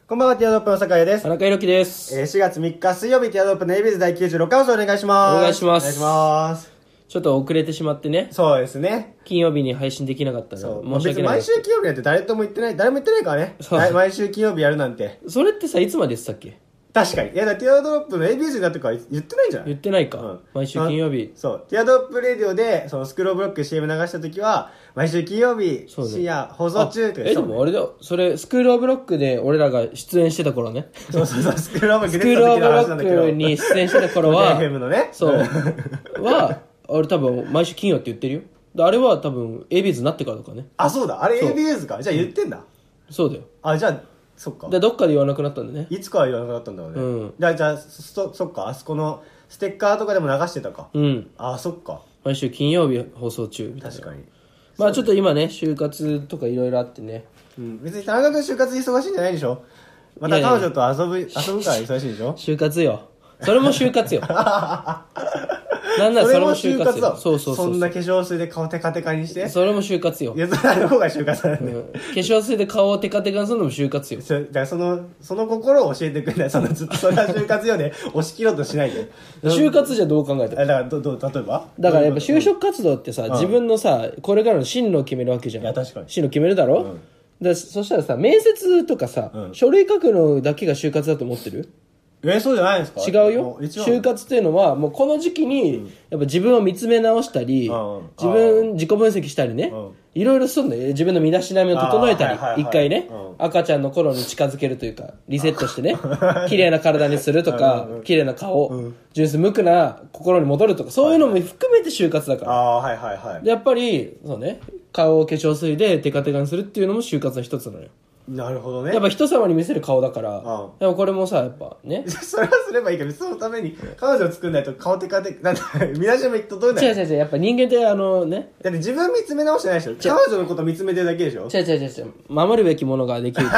こんばんは、ティアドロップの酒井です。 田中裕樹です。 4月3日水曜日、ティアドロップの ABS 第96回放送お願いします。 お願いします。 お願いします。 ちょっと遅れてしまってね。 そうですね。 金曜日に配信できなかったので、申し訳ない。 毎週金曜日なんて誰も言ってないからね。毎週金曜日やるなんて。 それってさ、いつまでしたっけ？ 確かに。いや、ティアドロップの ABS になってから言ってないんじゃない？ 言ってないか。毎週金曜日。 そう。ティアドロップレディオで、そのスクロールブロック CM 流した時は、毎週金曜日、深夜放送中って言ってたもんね。 でもあれだ、それ、スクールオブロックで俺らが出演してた頃ね。 そう、スクールオブロックスクールオブロックに出演してた頃は、 FM のね。 そう。俺多分毎週金曜って言ってるよ。あれは多分 ABS になってからとかね。 あ、そうだ。あれ ABS か。じゃあ言ってんだ。 そうだよ。 あ、じゃあ、そっか。 で、どっかで言わなくなったんだね。 いつかは言わなくなったんだろうね。じゃあ、そっか。あそこのステッカーとかでも流してたか。あ、そっか。 毎週金曜日放送中みたいな。 確かに。 まあちょっと今ね、就活とかいろいろあってね。 別に田中君就活忙しいんじゃないでしょ。また彼女と遊ぶから忙しいでしょ。 就活よ。それも就活よ。なんならそれも就活よ。そう。 そんな化粧水で顔テカテカにして。 それも就活よ。 いや、それの方が就活なんだよ。 化粧水で顔をテカテカにするのも就活よ。 だからその心を教えてくれない。ずっとそれは就活よね。押し切ろうとしないで。 就活じゃどう考えただから、例えばだからやっぱ就職活動ってさ、自分のさ、これからの進路を決めるわけじゃん。 いや、確かに。 進路決めるだろ？そしたらさ、面接とかさ、書類書くのだけが就活だと思ってる？ そうじゃないですか？ 違うよ。就活っていうのはもうこの時期にやっぱ自分を見つめ直したり、自己分析したりね、いろいろするんだよ。自分の身だしなみを整えたり、一回ね、赤ちゃんの頃に近づけるというかリセットしてね、綺麗な体にするとか、綺麗な顔、純粋無垢な心に戻るとか、そういうのも含めて就活だから。でやっぱりそうね、顔を化粧水でテカテカにするっていうのも就活の一つなのよ。 なるほどね。 やっぱ人様に見せる顔だから、でもこれもさ、やっぱね。 それはすればいいけど、そのために彼女を作んないと顔テカテカ、なんだ、見出しも整えない。 違う、やっぱ人間ってね。 だって自分見つめ直してないでしょ。彼女のこと見つめてるだけでしょ。 違う。守るべきものができるから、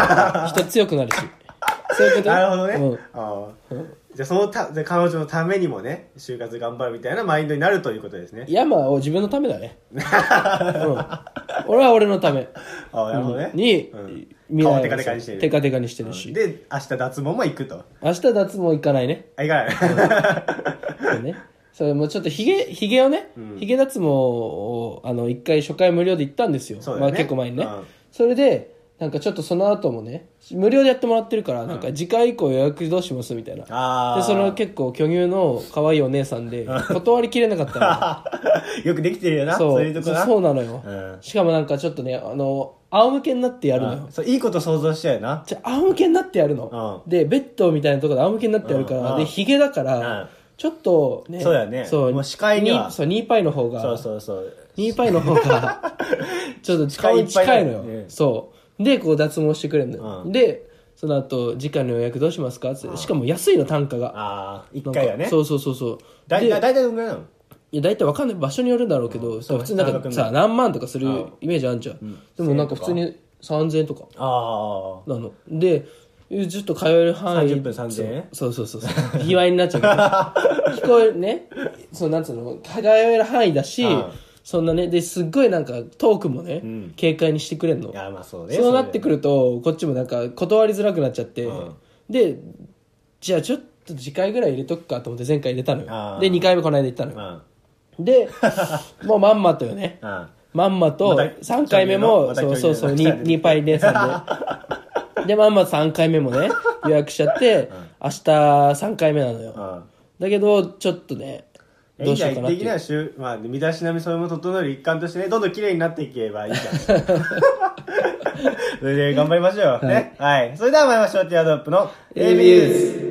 人強くなるし。そういうこと。 なるほどね。じゃあ彼女のためにもね、就活頑張るみたいなマインドになるということですね。 いや、まあ、自分のためだね。俺は俺のため。 なるほどね。 顔テカテカにしてる。 テカテカにしてるし。 で、明日脱毛も行くと。 明日脱毛行かないね。 行かない。 そうね。それもうちょっとヒゲをね、ヒゲ脱毛を、一回初回無料で行ったんですよ。まあ結構前にね。それで、なんかちょっとその後もね、無料でやってもらってるから、なんか次回以降予約どうしますみたいな。で、その結構巨乳の可愛いお姉さんで、断りきれなかったの。 よくできてるよな、そういうとこな。 そうなのよ。しかもなんかちょっとね、仰向けになってやるのよ。 そう、いいこと想像しちゃうよな。 仰向けになってやるの。で、ベッドみたいなところで仰向けになってやるから、で、ヒゲだから、ちょっとね、 そうやね。そう、もう視界には。 そう、ニーパイの方が、 そう。 ニーパイの方が、ちょっと顔に近いのよ。そう。で、こう脱毛してくれるのよ。で、その後、次回の予約どうしますかって。しかも安いの、単価が。 1回はね。 そう。 だいたいどんぐらいなの？ いや、だいたいわかんない。場所によるんだろうけど、普通になんかさ、何万とかするイメージあるじゃん。でもなんか普通に3000円とか。なの。で、ちょっと通える範囲。 30分3000円？ そう。卑猥になっちゃうけど。聞こえるね。そう、なんつうの、通える範囲だし、そんなね、で、すっごいなんかトークもね、軽快にしてくれんの。 いや、まあそうね。 そうなってくると、こっちもなんか断りづらくなっちゃって、で、じゃあちょっと次回ぐらい入れとくかと思って前回入れたのよ。で、2回目この間行ったのよ。で、もうまんまとよね。まんまと3回目も、そう、2パイ姉さんで。で、まんまと3回目もね、予約しちゃって、明日3回目なのよ。だけど、ちょっとね、どうしようかなっていう。 的にはまあ、身だしなみそれも整える一環としてね、どんどん綺麗になっていけばいいじゃん。それで頑張りましょう。ね。はい。それでは参りましょう。ティアドロップの ABS。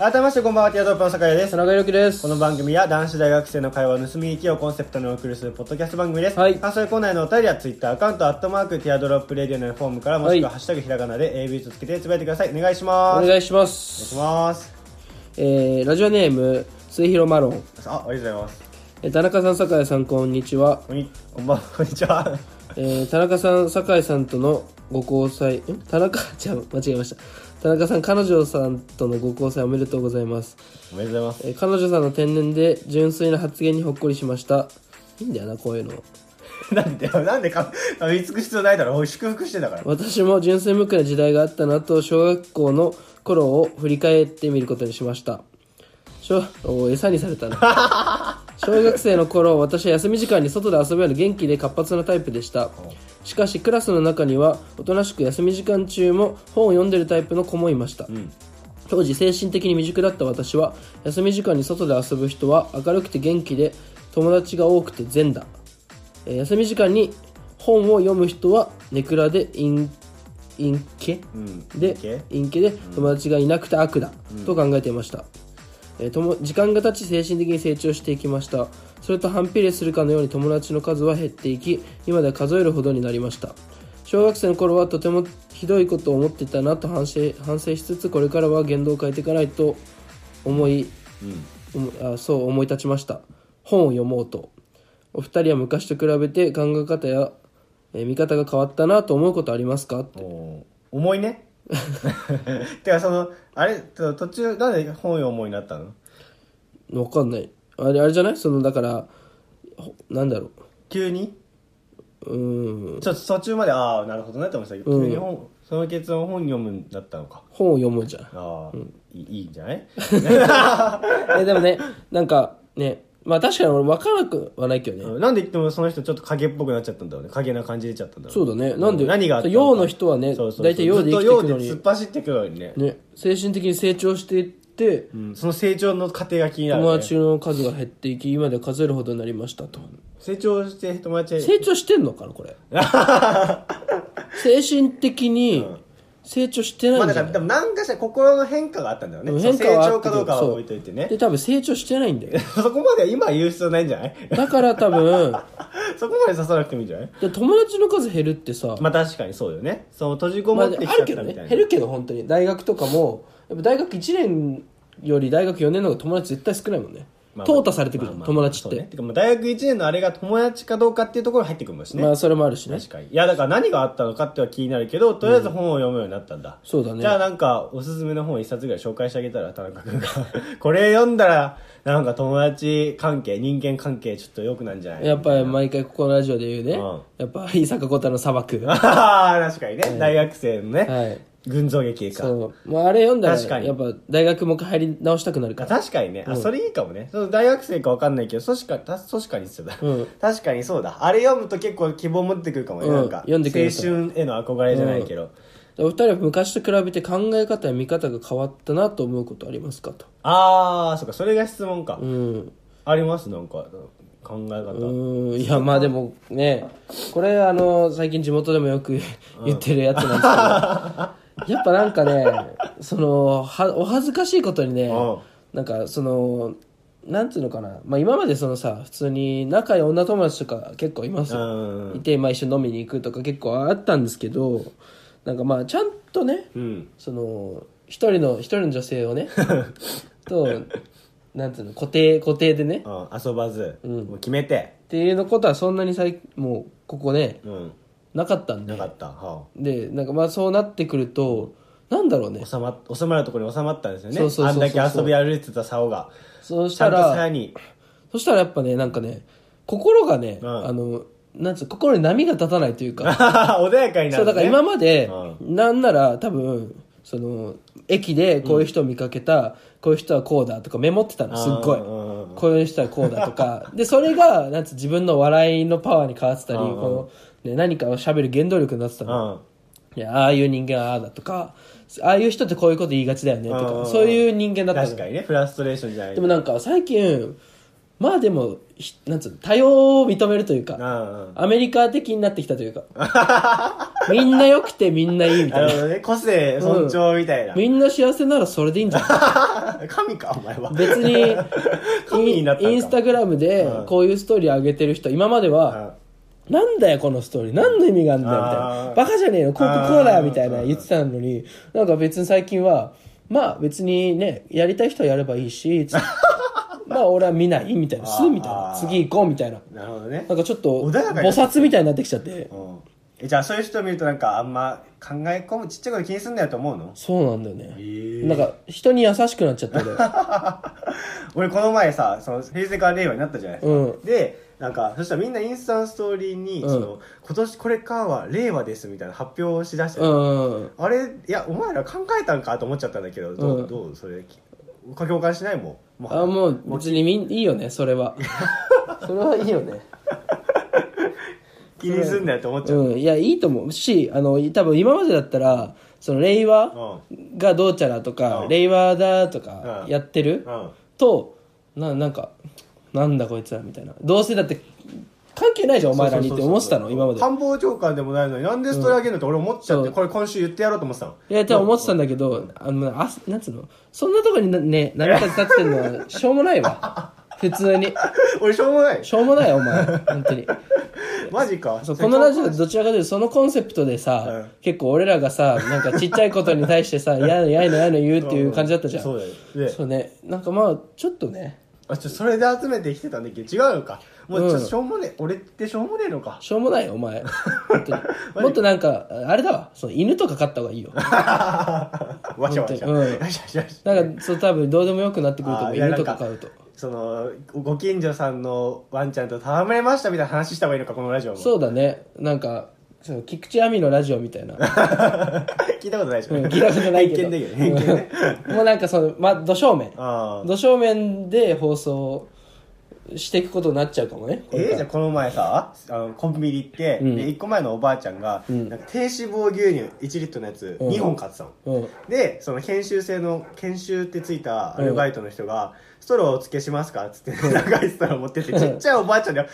改めましてこんばんは、ティアドロップの酒井です。 田中裕樹です。 この番組は男子大学生の会話を盗み聞きをコンセプトにお送りするポッドキャスト番組です。 はい。 感想コーナーへのお便りはツイッターアカウントティアドロップレディオのフォームから、もしくはハッシュタグひらがなで AB とつけてつぶやいてください。お願いします。 お願いします。 お願いします。 ラジオネーム末広マロン。 ありがとうございます。 田中さん、酒井さん、こんにちは。 こんばんは、こんにちは。 田中さん、酒井さんとのご交際、間違えました。田中さん、彼女さんとのご交際おめでとうございます。 おめでとうございます。 彼女さんの天然で純粋な発言にほっこりしました。いいんだよな、こういうの。 なんで噛みつく必要ないだろ。おい、祝福してたから。 私も純粋無垢な時代があったなと、小学校の頃を振り返ってみることにしました。餌にされたな。小学生の頃、私は休み時間に外で遊ぶような元気で活発なタイプでした。しかしクラスの中にはおとなしく休み時間中も本を読んでるタイプの子もいました。当時精神的に未熟だった私は、休み時間に外で遊ぶ人は明るくて元気で友達が多くて善だ、休み時間に本を読む人はネクラで陰気で友達がいなくて悪だ、と考えていました。時間が経ち精神的に成長していきました。それと反比例するかのように友達の数は減っていき、今では数えるほどになりました。小学生の頃はとてもひどいことを思っていたなと反省しつつ、これからは言動を変えていかないとそう思い立ちました。本を読もうと。お二人は昔と比べて考え方や、見方が変わったなと思うことありますか？ 重いね。てか途中なんで本読もうになったの？ わかんない。あれじゃない？だからなんだろう。 急に？ちょっと途中までなるほどねって思ってたけど、急にその結論本読むんだったのか。 本を読むじゃん。 いいんじゃない？ でもね、なんかね。まあ確かに俺分からなくはないけどね。 なんで言ってもその人ちょっと影っぽくなっちゃったんだろうね。影な感じ出ちゃったんだろう。 そうだね。なんで何があったのか。 陽の人はね、大体陽で生きていくのに。 ずっと陽で突っ走ってくるのにね。 精神的に成長していって、 その成長の過程が気になる、ね。 友達の数が減っていき、今では数えるほどになりましたと。 成長して友達成長してんのかなこれ。精神的に成長してないんじゃない？ でも何かしら心の変化があったんだよね。 変化は成長かどうかは置いといてね。 で多分成長してないんだよ。 そこまでは今言う必要ないんじゃない？ だから多分そこまで刺さなくてもいいんじゃない？ で友達の数減るってさ、 まあ確かにそうよね。そう閉じこもってきちゃったみたいな、 あるけどね、減るけど本当に大学とかもやっぱ大学1年より大学4年の方が友達絶対少ないもんね。淘汰されてくる、友達って。 てか大学1年のあれが友達かどうかっていうところ入ってくるもんしね。 まあそれもあるしね。 確かに。いやだから何があったのかっては気になるけど、とりあえず本を読むようになったんだ。 そうだね。 じゃあなんかおすすめの本1冊ぐらい紹介してあげたら、田中君がこれ読んだらなんか友達関係、人間関係ちょっと良くなるんじゃない？ やっぱり毎回ここのラジオで言うね、やっぱ伊坂幸太の砂漠。 確かにね、大学生のね、 はい、 群像劇か。 そう。もうあれ読んだらやっぱ大学も入り直したくなるから。 確かにね。それいいかもね。その大学生か分かんないけど、確かに必要だ。確かにそうだ。あれ読むと結構希望持ってくるかもね。なんか読んでくれる青春への憧れじゃないけど。 お二人は昔と比べて考え方や見方が変わったなと思うことありますかと。 そうか、それが質問か。ありますなんか考え方。 いやまあでもね、これ最近地元でもよく言ってるやつなんですけど、やっぱなんかね、お恥ずかしいことにね、なんかなんていうのかな、まあ今まで普通に仲いい女友達とか結構いますよ。いて、まあ一緒に飲みに行くとか結構あったんですけど、なんかまあちゃんとね、一人の女性をね、と、なんていうの、固定でね、 遊ばず、もう決めて。 っていうのことはそんなにもう、ここね、なかったんで。 なかった。 で、なんかまあそうなってくると、なんだろうね。 収まるところに収まったんですよね。 そうあんだけ遊び歩いてた竿が。 そしたらやっぱね、なんかね、心がね、なんつう心に波が立たないというか。 穏やかになるね。 そう、だから今まで、なんなら多分、駅でこういう人を見かけた、こういう人はこうだとかメモってたの、すっごい。こういう人はこうだとか。で、それが、自分の笑いのパワーに変わってたり、何かを喋る原動力になってたの。いや、ああいう人間はああだとか、ああいう人ってこういうこと言いがちだよねとか、そういう人間だったの。 確かにね、フラストレーションじゃない。 でもなんか最近、まあでも、なんつうの、多様を認めるというか、アメリカ的になってきたというか、みんな良くてみんないいみたいな。 個性尊重みたいな。 みんな幸せならそれでいいんじゃない神かお前は。 別に神になったんか。 インスタグラムでこういうストーリー上げてる人、今までは、なんだよこのストーリー、何の意味があるんだよみたいな、バカじゃねえのこうだよみたいな言ってたのに、なんか別に最近はまあ別にね、やりたい人はやればいいしまあ俺は見ないみたいな、みたいな、次行こうみたいな。 なるほどね。 なんかちょっと菩薩みたいになってきちゃって、 じゃあそういう人を見るとなんかあんま考え込む、ちっちゃいこと気にすんだよと思うの？ そうなんだよね。なんか人に優しくなっちゃった俺この前さ、その平成から令和になったじゃないですか、でなんかそしたらみんなインスタントストーリーに、その今年これからは令和ですみたいな発表をしだして、あれいやお前ら考えたんかと思っちゃったんだけど、どうそれ共感しないもん。 もう別にいいよね、それは。それはいいよね。 気にすんだよって思っちゃう。 いやいいと思うし、多分今までだったらその令和がどうちゃらとか、令和だとかやってると、なんかなんだこいつらみたいな、どうせだって関係ないじゃんお前らにって思ってたの今まで。 官房長官でもないのになんでストーリーあげるのって俺思っちゃって、これ今週言ってやろうと思ってたの。 いや思ってたんだけど、なんつうの、そんなとこにね波風立ってんのはしょうもないわ。普通に俺しょうもないお前本当に。 マジか。 そう、このラジオどちらかというとそのコンセプトでさ、結構俺らがさ、なんかちっちゃいことに対してさやいの言うっていう感じだったじゃん。 そうだよ。 そうね、なんかまあちょっとね、 それで集めてきてたんだけど違うのか。もうちょっとしょうもねえ、俺ってしょうもねえのか。 しょうもないよお前本当に。もっとなんかあれだわ、その犬とか飼った方がいいよ。 わしゃわしゃ。 なんかそう多分どうでもよくなってくると思う、犬とか飼うと。 そのご近所さんのワンちゃんと戯れましたみたいな話した方がいいのかこのラジオも。 そうだね、なんか菊池亜美のラジオみたいな。 聞いたことないでしょ。 聞いたことないけど。 偏見ね。 もうなんかど正面で放送していくことになっちゃうかもね。 じゃあこの前さ、コンビニ行って、で1個前のおばあちゃんが、なんか低脂肪牛乳1リットルのやつ2本買ってたの。でその研修ってついたアルバイトの人が、ストローお付けしますかっつって長いストロー持ってって、ちっちゃいおばあちゃんが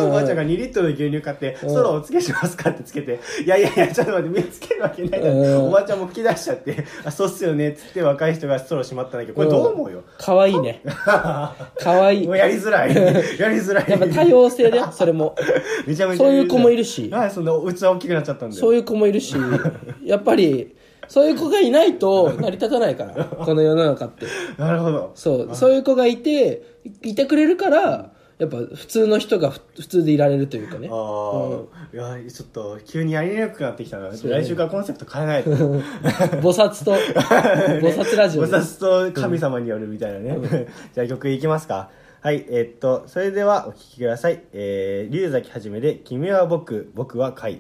2リットルの牛乳買ってストローお付けしますかってつけて、いやちょっと待って、目つけるわけないだろ。おばあちゃんも吹き出しちゃって、そうっすよねっつって若い人がストローしまったんだけど、これどう思うよ。 かわいいね。かわいい。 もうやりづらい。 やっぱ多様性だよ、それも。 めちゃめちゃそういう子もいるし。 そんな器大きくなっちゃったんだよ。 そういう子もいるし、やっぱりそういう子がいないと成り立たないからこの世の中って。 なるほど。 そういう子がいてくれるから、やっぱ普通の人が普通でいられるというかね。 いやちょっと急にやりにくくなってきたな。来週からコンセプト変えないと。 菩薩ラジオ、 菩薩と神様によるみたいなね。じゃあ曲いきますか。はい、それではお聴きください。龍崎はじめで君は僕は貝。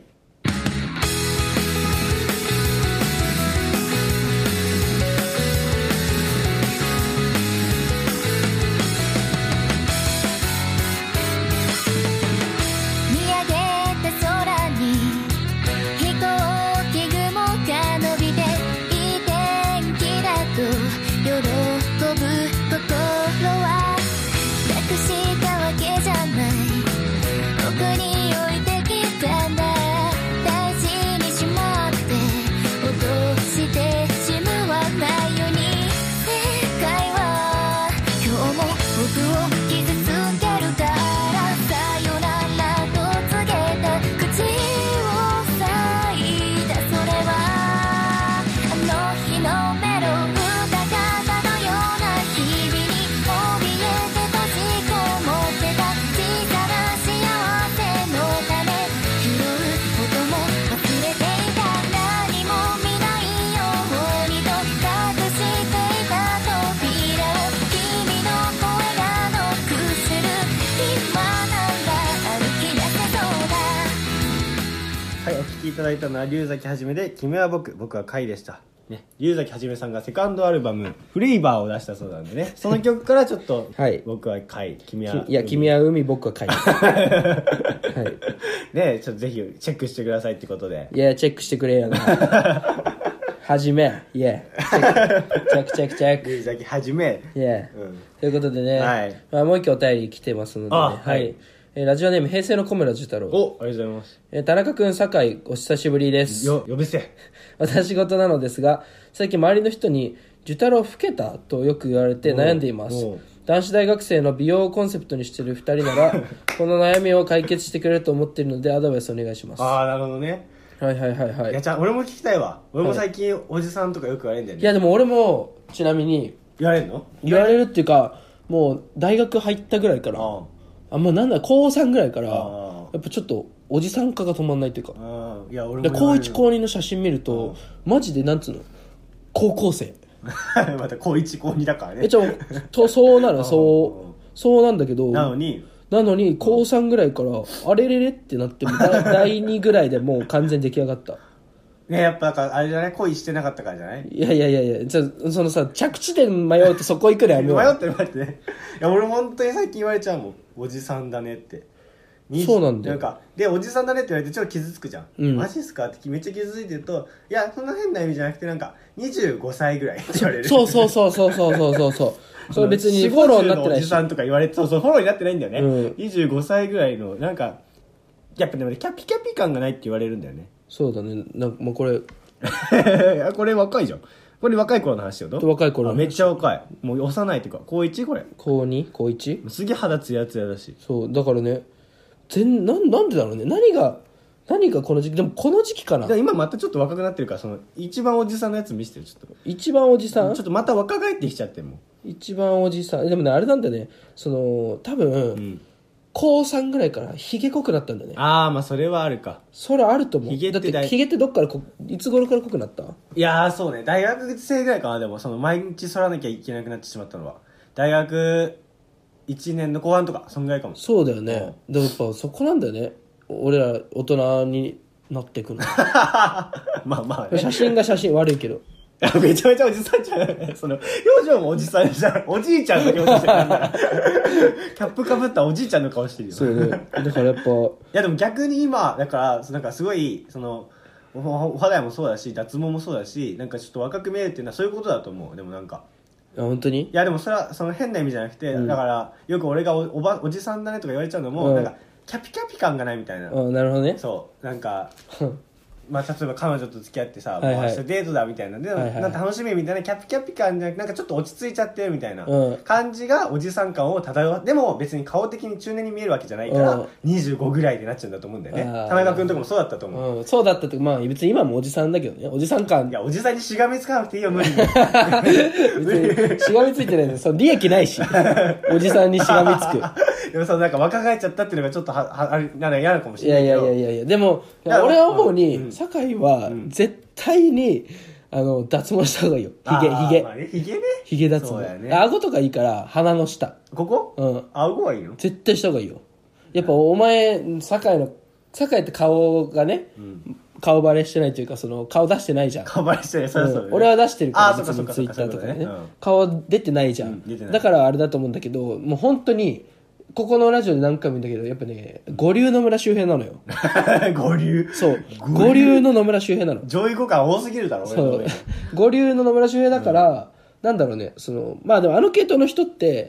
いただいたのは龍崎はじめで君は僕は貝でしたね。龍崎はじめさんがセカンドアルバムフレイバーを出したそうなんでね、その曲からちょっと僕は貝、君は海、僕は貝。はいね、ちょっとぜひチェックしてくださいってことで。 いやチェックしてくれよな。はじめ、いやチェック龍崎はじめ、 ということでね、もう一回お便り来てますのでね、はい、 ラジオネーム平成の小村寿太郎。 お、ありがとうございます。 田中くん、酒井、お久しぶりです。 呼べせ。 私事なのですが、最近周りの人に寿太郎老けたとよく言われて悩んでいます。男子大学生の美容をコンセプトにしている2人ならこの悩みを解決してくれると思っているのでアドバイスお願いします。 ああ、なるほどね。 はいはいはいはい。 いや、俺も聞きたいわ。俺も最近おじさんとかよく言われるんだよね。 いやでも俺もちなみに言われるの？ 言われるっていうか、もう大学入ったぐらいから、もうなんだ高3ぐらいからやっぱちょっとおじさん化が止まんないっていうか、 いや俺も高1高2の写真見るとマジでなんつうの高校生また高1高2だからね。 そうなのそうなんだけど、 なのに高3ぐらいからあれれれってなって第2ぐらいでもう完全に出来上がったね。やっぱあれじゃない、恋してなかったからじゃない？ いやそのさ、着地点迷うとそこ行くのやめよう。 迷ってね。いや俺本当に最近言われちゃうもん、おじさんだねって。 そうなんだよ。 なんかでおじさんだねって言われてちょっと傷つくじゃん、マジっすかってめっちゃ傷ついてると、いやそんな変な意味じゃなくてなんか25歳ぐらいって言われる。そうそれ別にフォローになってないし、 おじさんとか言われて、そうフォローになってないんだよね、25歳ぐらいのなんかやっぱでもキャピキャピ感がないって言われるんだよね。 そうだね。なんかもうこれこれ若いじゃん。これ若い頃の話よと。 若い頃の話。 めっちゃ若い。もう幼いっていうか高 1？ これ高 2？ 高 1？ すげえ肌ツヤツヤだし。 そうだからね、なんでだろうね。何がこの時期、でもこの時期かな。 今またちょっと若くなってるから、その一番おじさんのやつ見せてる。ちょっと一番おじさん、 ちょっとまた若返ってきちゃっても一番おじさん。でもね、あれなんだよね、その多分、高3ぐらいからヒゲ濃くなったんだよね。 ああ、まあそれはあるか。 それあると思う。 ヒゲってだってヒゲってどっからいつ頃から濃くなった？ いやーそうね、大学生ぐらいかな。でもその毎日剃らなきゃいけなくなってしまったのは大学1年の後半とかそんぐらいかも。 そうだよね、でもやっぱそこなんだよね、俺ら大人になってくのまあ、ね、 写真悪いけどめちゃめちゃおじさんじゃん。その表情もおじさんじゃん。おじいちゃんの表情してるキャップかぶったおじいちゃんの顔してるよ。 そうね。だからやっぱいやでも逆に今だからなんかすごいそのお肌もそうだし脱毛もそうだし、なんかちょっと若く見えるっていうのはそういうことだと思う。でもなんか本当に、 いやでもそれはその変な意味じゃなくて、だからよく俺がおじさんだねとか言われちゃうのも、なんかキャピキャピ感がないみたいな。 なるほどね。 そうなんかまあ、例えば彼女と付き合ってさ、明日デートだみたいな、でなんか楽しみみたいなキャピキャピ感じゃなくて、なんかちょっと落ち着いちゃってるみたいな感じがおじさん感を漂う。でも別に顔的に中年に見えるわけじゃないから、25ぐらいでなっちゃうんだと思うんだよね。田中君とかもそうだったと思う。 そうだったって、まあ別に今もおじさんだけどね、おじさん感。 いやおじさんにしがみつかなくていいよ、無理に。 別にしがみついてないの、その利益ないしおじさんにしがみつく。 でもなんか若返っちゃったっていうのがちょっとあれなんか嫌なのかもしれないけど。 いやでも俺は思うに、酒井は絶対に脱毛した方がいいよ。ヒゲ脱毛、顎とかいいから、鼻の下ここ、顎はいいの？ 絶対した方がいいよ。やっぱお前酒井って顔がね、顔バレしてないというか、その顔出してないじゃん。 顔バレしてない、そう、 俺は出してるから、別にツイッターとかね、顔出てないじゃん、だからあれだと思うんだけど、もう本当にここのラジオで何回も言うんだけど、やっぱね、五流の村周平なのよ。 五流？ そう。五流の野村周平なの。 上位互換多すぎるだろ、 そう。五流の野村周平だから、なんだろうね、まあでも系統の人って、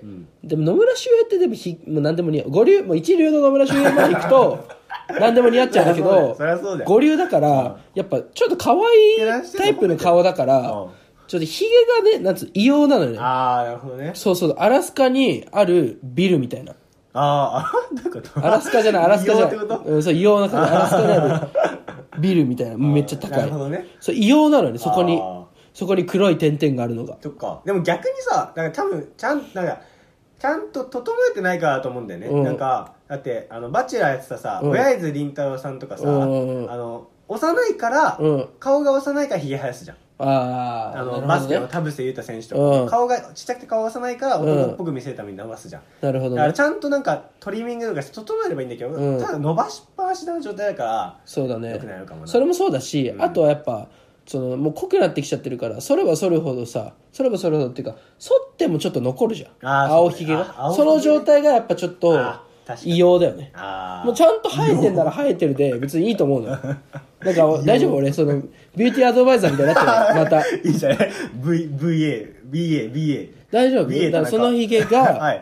でも野村周平ってでももう何でも似合う。五流、もう一流の野村周平まで行くと、何でも似合っちゃうんだけど、五流だから、やっぱちょっと可愛いタイプの顔だから、ちょっとヒゲがね、異様なのよね。 なるほどね。 そう、アラスカにあるビルみたいな。 どういうこと？ アラスカじゃない、そう、異様な感じ。アラスカにあるビルみたいな、めっちゃ高い。 なるほどね。 そう、異様なのね、そこに黒い点々があるのが。 そっか。でも逆にさ、だから多分、ちゃんと整えてないからと思うんだよね。なんか、だって、バチェラーやってたさ、親津凛太郎さんとかさ、幼いから、顔が幼いからヒゲ生やすじゃん。バスケの田臥勇太選手とか、顔がちっちゃくて顔が幼いから大人っぽく見せるために伸ばすじゃん。 なるほどね。 だからちゃんとなんかトリミングとか整えればいいんだけど、ただ伸ばしっぱなしな状態だから、 そうだね。 よくないのかもな。 それもそうだし、あとはやっぱもう濃くなってきちゃってるから、そればそれほどっていうか、剃ってもちょっと残るじゃん、青ひげが。その状態がやっぱちょっと異様だよね。もうちゃんと生えてんなら生えてるで別にいいと思うのよ。なんか大丈夫？俺ビューティーアドバイザーみたいになってるまた。 いいじゃない？ BA 大丈夫？だからそのヒゲが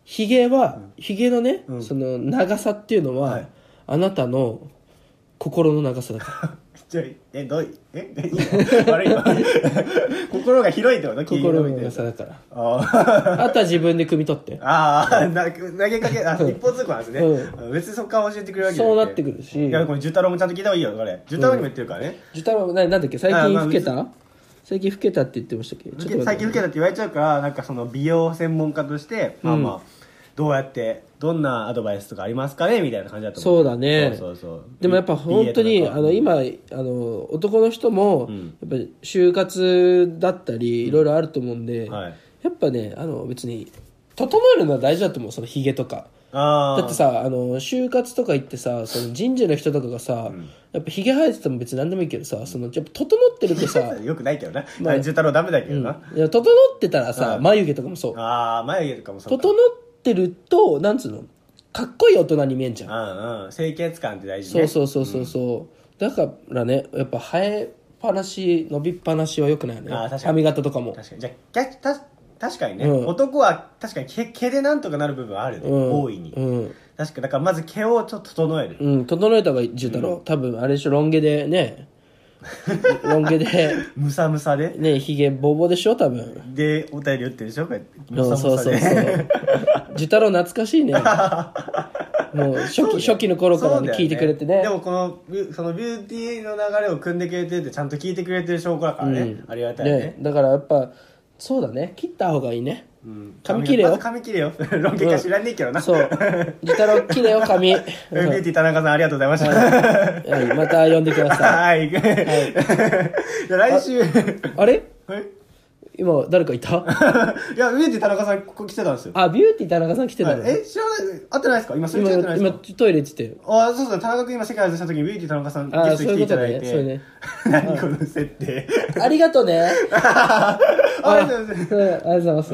ヒゲのね、その長さっていうのは、はい、あなたの心の長さだからどういいの悪いの心が広いってこと？ 心の長さだからあとは自分で汲み取って投げかけ一方通行なんですね、別にそこから教えてくれるわけじゃなくて、 そうなってくるし、 いやこれジュタロウもちゃんと聞いた方がいいよ、これジュタロウにも言ってるからね、 ジュタロウなんだっけ、最近老けた、最近老けたって言ってましたっけ？ 最近老けたって言われちゃうから、なんかその美容専門家として、まあどんなアドバイスとかありますかねみたいな感じだと思う。 そうだね。そうでもやっぱ本当に今男の人もやっぱ就活だったりいろいろあると思うんで、はい、やっぱね別に整えるのは大事だと思う、そのヒゲとか。だってさ就活とか行ってさ、その人事の人とかがさ、やっぱヒゲ生えてても別に何でもいいけどさ、そのやっぱ整ってるとさよくないけどな、ジュタロウダメだけどな、 いや整ってたらさ、眉毛とかもそう、 眉毛とかもそう整ってるとなんつうの、かっこいい大人に見えんじゃん。清潔感って大事ね。 そう、だからね、やっぱ生えっぱなし伸びっぱなしは良くないよね。髪型とかも確かに。じゃあ確かにね、男は確かに毛でなんとかなる部分はあるね、大いに、確かだからまず毛をちょっと整える、 整えた方がいい。ジュタロウ多分あれでしょ、ロン毛でねロン毛でムサムサでね、ヒゲボーボーでしょ多分で、お便り打ってるでしょ、こうやってムサムサでジュタロウ懐かしいねもう初期の頃から聞いてくれてね。 でもそのビューティーの流れを組んでくれててちゃんと聞いてくれてる証拠だからね、ありがたいね。 だからやっぱそうだね、切った方がいいね。髪切れよ。 まず髪切れよ。ロン毛か知らねえけどな。 そう。ジュタロウ切れよ、髪。ビューティー田中さんありがとうございました。 はい、また呼んでください。 はい。来週。 あれ？今誰かいた？ いや、ビューティー田中さんここ来てたんですよ。 あ、ビューティー田中さん来てたの？ 知らない？会ってないですか？今すれ違ってないですか？ 今トイレ行ってて。 そうそう、田中君今世界外した時にビューティー田中さんゲスト来ていただいて。そうね。何この設定。 ありがとうね。 ありがとうございます。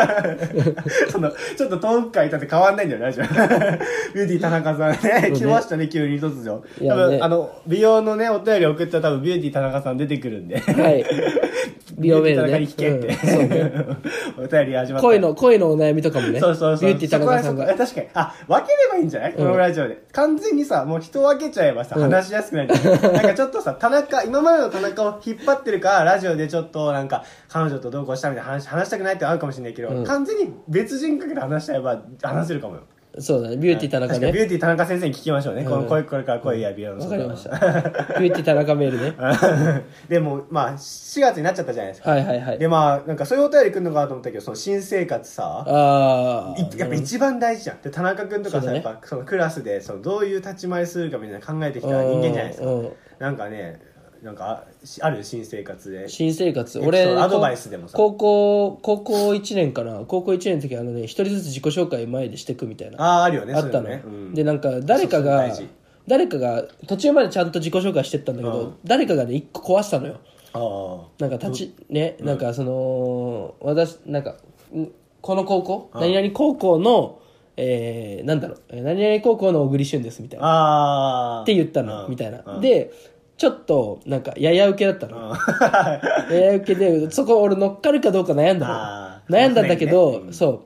ちょっと遠くからいたって変わんないんだよね、ビューティー田中さんね、来ましたね、急に突如。多分、美容のね、お便り送ったら多分ビューティー田中さん出てくるんで。はい。 美容メールね。 ビューティー田中に聞けって。お便り始まった。 声のお悩みとかもね。そう。ビューティー田中さんが。 確かに。分ければいいんじゃないこのラジオで。完全にさ、もう人分けちゃえばさ、話しやすくなる。なんかちょっとさ、今までの田中を引っ張ってるから、ラジオでちょっとなんか、彼女とどうこうしたみたいな話したくないってあるかもしれないけど、完全に別人格で話しちゃえば話せるかもよ。 そうだね、ビューティー田中ね。 ビューティー田中先生に聞きましょうね。これから恋や美容の。 わかりました。ビューティー田中メールね。 でも、まあ、4月になっちゃったじゃないですか。 はい。 で、まあ、なんかそういうお便り来るのかなと思ったけど、その新生活さ、やっぱ一番大事じゃん。で、田中君とかさ、やっぱそのクラスでどういう立ち回りするかみたいな考えてきた人間じゃないですか。なんかね、なんかある新生活で。 新生活。俺、 アドバイスでもさ。 高校1年かな。高校1年の時一人ずつ自己紹介前でしてくみたいな。 あるよね。 あったの。で、なんか誰かが途中までちゃんと自己紹介してったんだけど、誰かがね、一個壊したのよ。なんかなんか私、なんか、この高校何々高校の、何々高校の小栗旬ですみたいな。って言ったの、みたいな。で、ちょっと、なんか、やや受けだったの。やや受けで、そこ俺乗っかるかどうか悩んだの。悩んだんだけど、そう。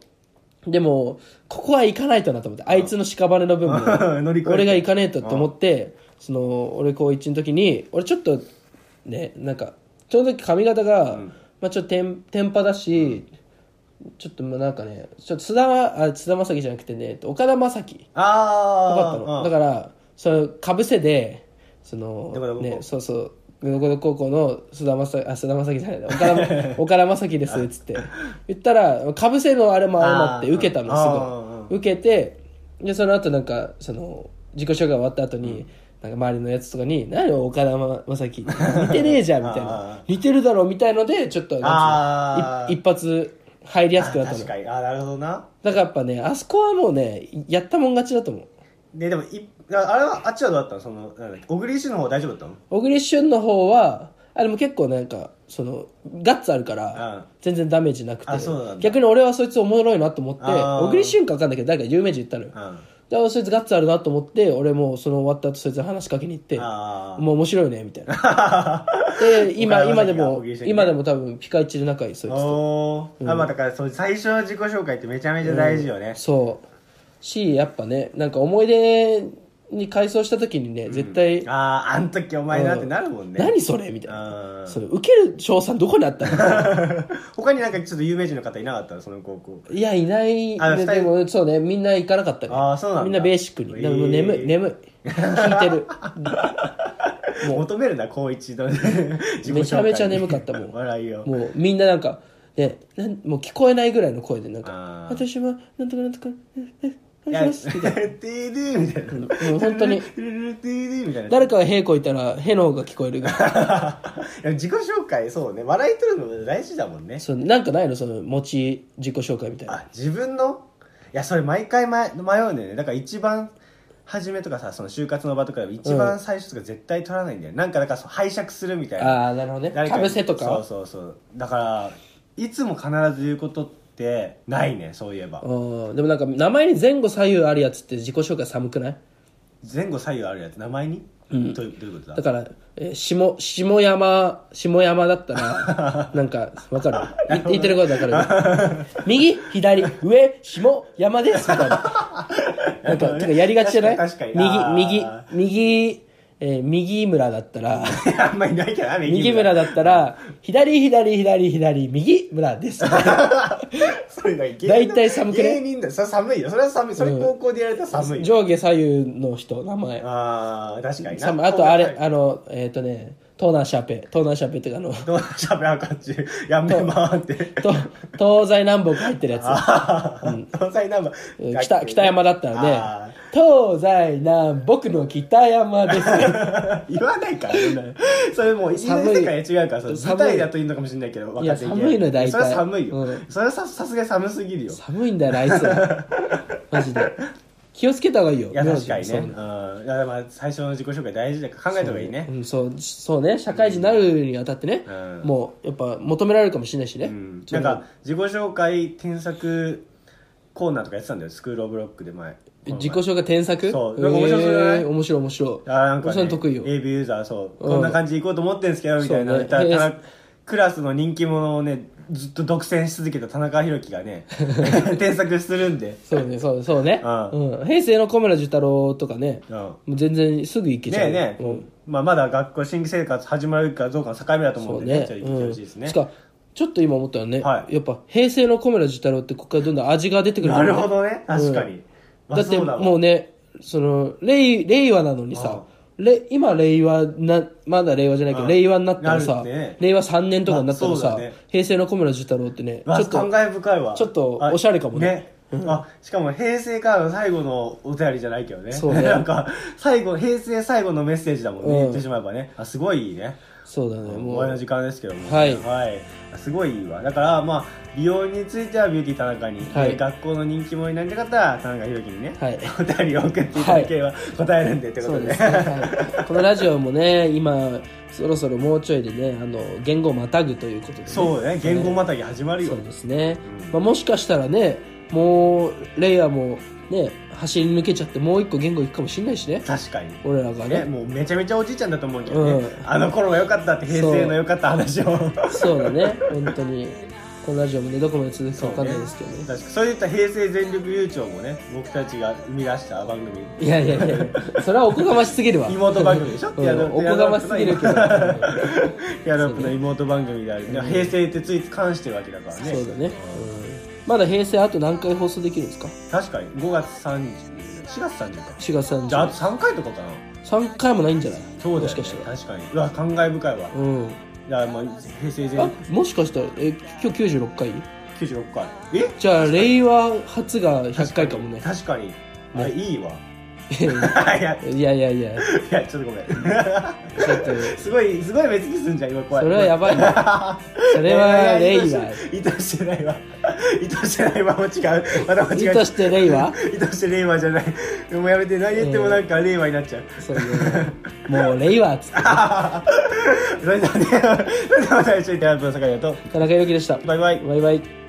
でも、ここは行かないとなと思って、あいつの屍の部分を、俺が行かねえとって思って、俺高1の時に、俺ちょっと、ね、なんか、その時髪型が、まあちょっと天パだし、ちょっとなんかね、ちょっと菅田将暉じゃなくてね、岡田将生。よかったの。だから、かぶせで、ね、そう、どこ高校の菅田将暉じゃない岡田将生ですっつって言ったら、かぶせのあれも相まって受けたの、すごい。受けて、で、その後なんか、自己紹介終わった後に、なんか周りのやつとかに、何よ岡田将生似てねえじゃんみたいな。似てるだろみたいので、ちょっと、一発入りやすくなったの。 確かに。なるほどな。 だからやっぱね、あそこはもうね、やったもん勝ちだと思う。 でもあれはあっちはどうだったの？小栗旬の方は大丈夫だったの？ 小栗旬の方はでも結構なんかガッツあるから全然ダメージなくて、逆に俺はそいつおもろいなと思って、小栗旬か分かんないけど誰か有名人言ったのよ、 でそいつガッツあるなと思って、俺もその終わった後そいつに話しかけに行って、もう面白いねみたいなで今でも多分ピカイチで仲いいそいつと。 まあだからそう最初の自己紹介ってめちゃめちゃ大事よね。 そうし、やっぱね、なんか思い出に回想した時にね、絶対あん時お前なってなるもんね。 何それみたいな。それ受ける賞賛どこにあったの他になんかちょっと有名人の方いなかったのその高校。 いやいないでもそうね、みんな行かなかったね。そうなんだ。みんなベーシックに。でも眠い聞いてるもう求めるな高一のめちゃめちゃ眠かったもん笑いよ。 もうみんななんかね、もう聞こえないぐらいの声でなんか私はなんとかなんとかお願いしますみたいなもう本当に誰かがへこいたらへの方が聞こえるぐらい自己紹介そうね、笑い取るの大事だもんね。 そうなんかないのその自己紹介みたいな。 自分のいやそれ毎回迷うんだよね。だから一番初めとかさ、その就活の場とかでも一番最初とか絶対取らないんだよ、なんかだから拝借するみたいな。 なるほどね、かぶせとか。 そうだからいつも必ず言うことってないね、そういえば。 でもなんか名前に前後左右あるやつって自己紹介寒くない？ 前後左右あるやつ名前に、どういうことだ？ だから、下山だったらなんか分かる言ってること分かる右左上下山ですみたいななんかやりがちじゃない？ 確かに右村だったらあんまりないから右村だったら左右村ですそれ大体寒くね？ 芸人だ、それ寒いよ。それは寒い。それ高校でやられたら寒いよ。 上下左右の人名前確かにな。 あとあれ東南シャーペっていうか東南シャーペはこっちやめまーって東西南北入ってるやつ、 東西南北北山だったらね、東西南北の北山です言わないからそれもういい世界違うから、舞台だといいのかもしれないけど、 いや寒いの大体それは寒いよ、それはさすがに寒すぎるよ。 寒いんだよなあいつらマジで気をつけた方がいいよ。 いや確かにね。いやまあ最初の自己紹介大事だから考えた方がいいね。 そうね、社会人になるにあたってね、もうやっぱ求められるかもしれないしね。 なんか自己紹介添削コーナーとかやってたんだよ、スクールオブロックで前。 自己紹介添削？ そう。なんか面白そうじゃない？ 面白い。 なんかね、 得意よ。 AB ユーザー、そう。こんな感じで行こうと思ってんですけど、みたいな。クラスの人気者をね、ずっと独占し続けた田中裕樹がね添削するんで。 そうね平成の小村寿太郎とかね、もう全然すぐ行けちゃうね。まだ学校新規生活始まるかどうかの境目だと思うんでね、行ってほしいですね。 しかちょっと今思ったらね、やっぱ平成の小村寿太郎ってここからどんどん味が出てくる。 なるほどね、確かに。 だってもうね、その令和なのにさ、今まだ令和じゃないけど、令和になったらさ、令和3年とかになったらさ、平成の小村寿太郎ってね、 ちょっと感慨深いわ。 ちょっとおしゃれかもね。 しかも平成からの最後のお便りじゃないけどね。 そうね。 なんか平成最後のメッセージだもんね、言ってしまえばね。すごいいいね。 そうだね。もう終わりの時間ですけども。 はい。 すごいいいわ。だからまあ美容についてはビューティー田中に、学校の人気者になりたかったら田中裕樹にね、お便りを送っていただければ答えるんでってことで。 このラジオもね、今そろそろもうちょいでね、言語またぐということで。 そうね、言語またぎ始まるよ。 そうですね。もしかしたらね、もうレイヤーもね走り抜けちゃってもう一個言語いくかもしれないしね。 確かに俺らがね、 もうめちゃめちゃおじいちゃんだと思うけどね、あの頃が良かったって、平成の良かった話を。 そうだね、本当にこのラジオもねどこまで続くか分かんないですけどね。 確かにそういった平成全力優勝もね、僕たちが生み出した番組。 いやそれはおこがましすぎるわ。 妹番組でしょ。 おこがましすぎるけどヤロップの妹番組である、平成ってつい関してるわけだからね。 そうだね。まだ平成あと何回放送できるんですか？ 確かに5月30、4月30か。 4月30。 じゃああと3回とかかな。 3回もないんじゃない？ そうだよね、 もしかしたら。 確かに。うわ、感慨深いわ。いや、まあ平成全もしかしたら今日96回 ？96回。 じゃあ令和初が100回かもね。 確かに。いいわ。 いやちょっとごめん。すごい目つきすんじゃん今。怖い。 それはやばいね。それは令和。 意図してないわ。意図してないわも違う。また間違えた。 意図して令和？ 意図して令和じゃない。もうやめて、何言ってもなんか令和になっちゃう。 そうね。もう令和っつって。 それではまた一緒にテラプの坂井と田中裕樹でした。 バイバイ。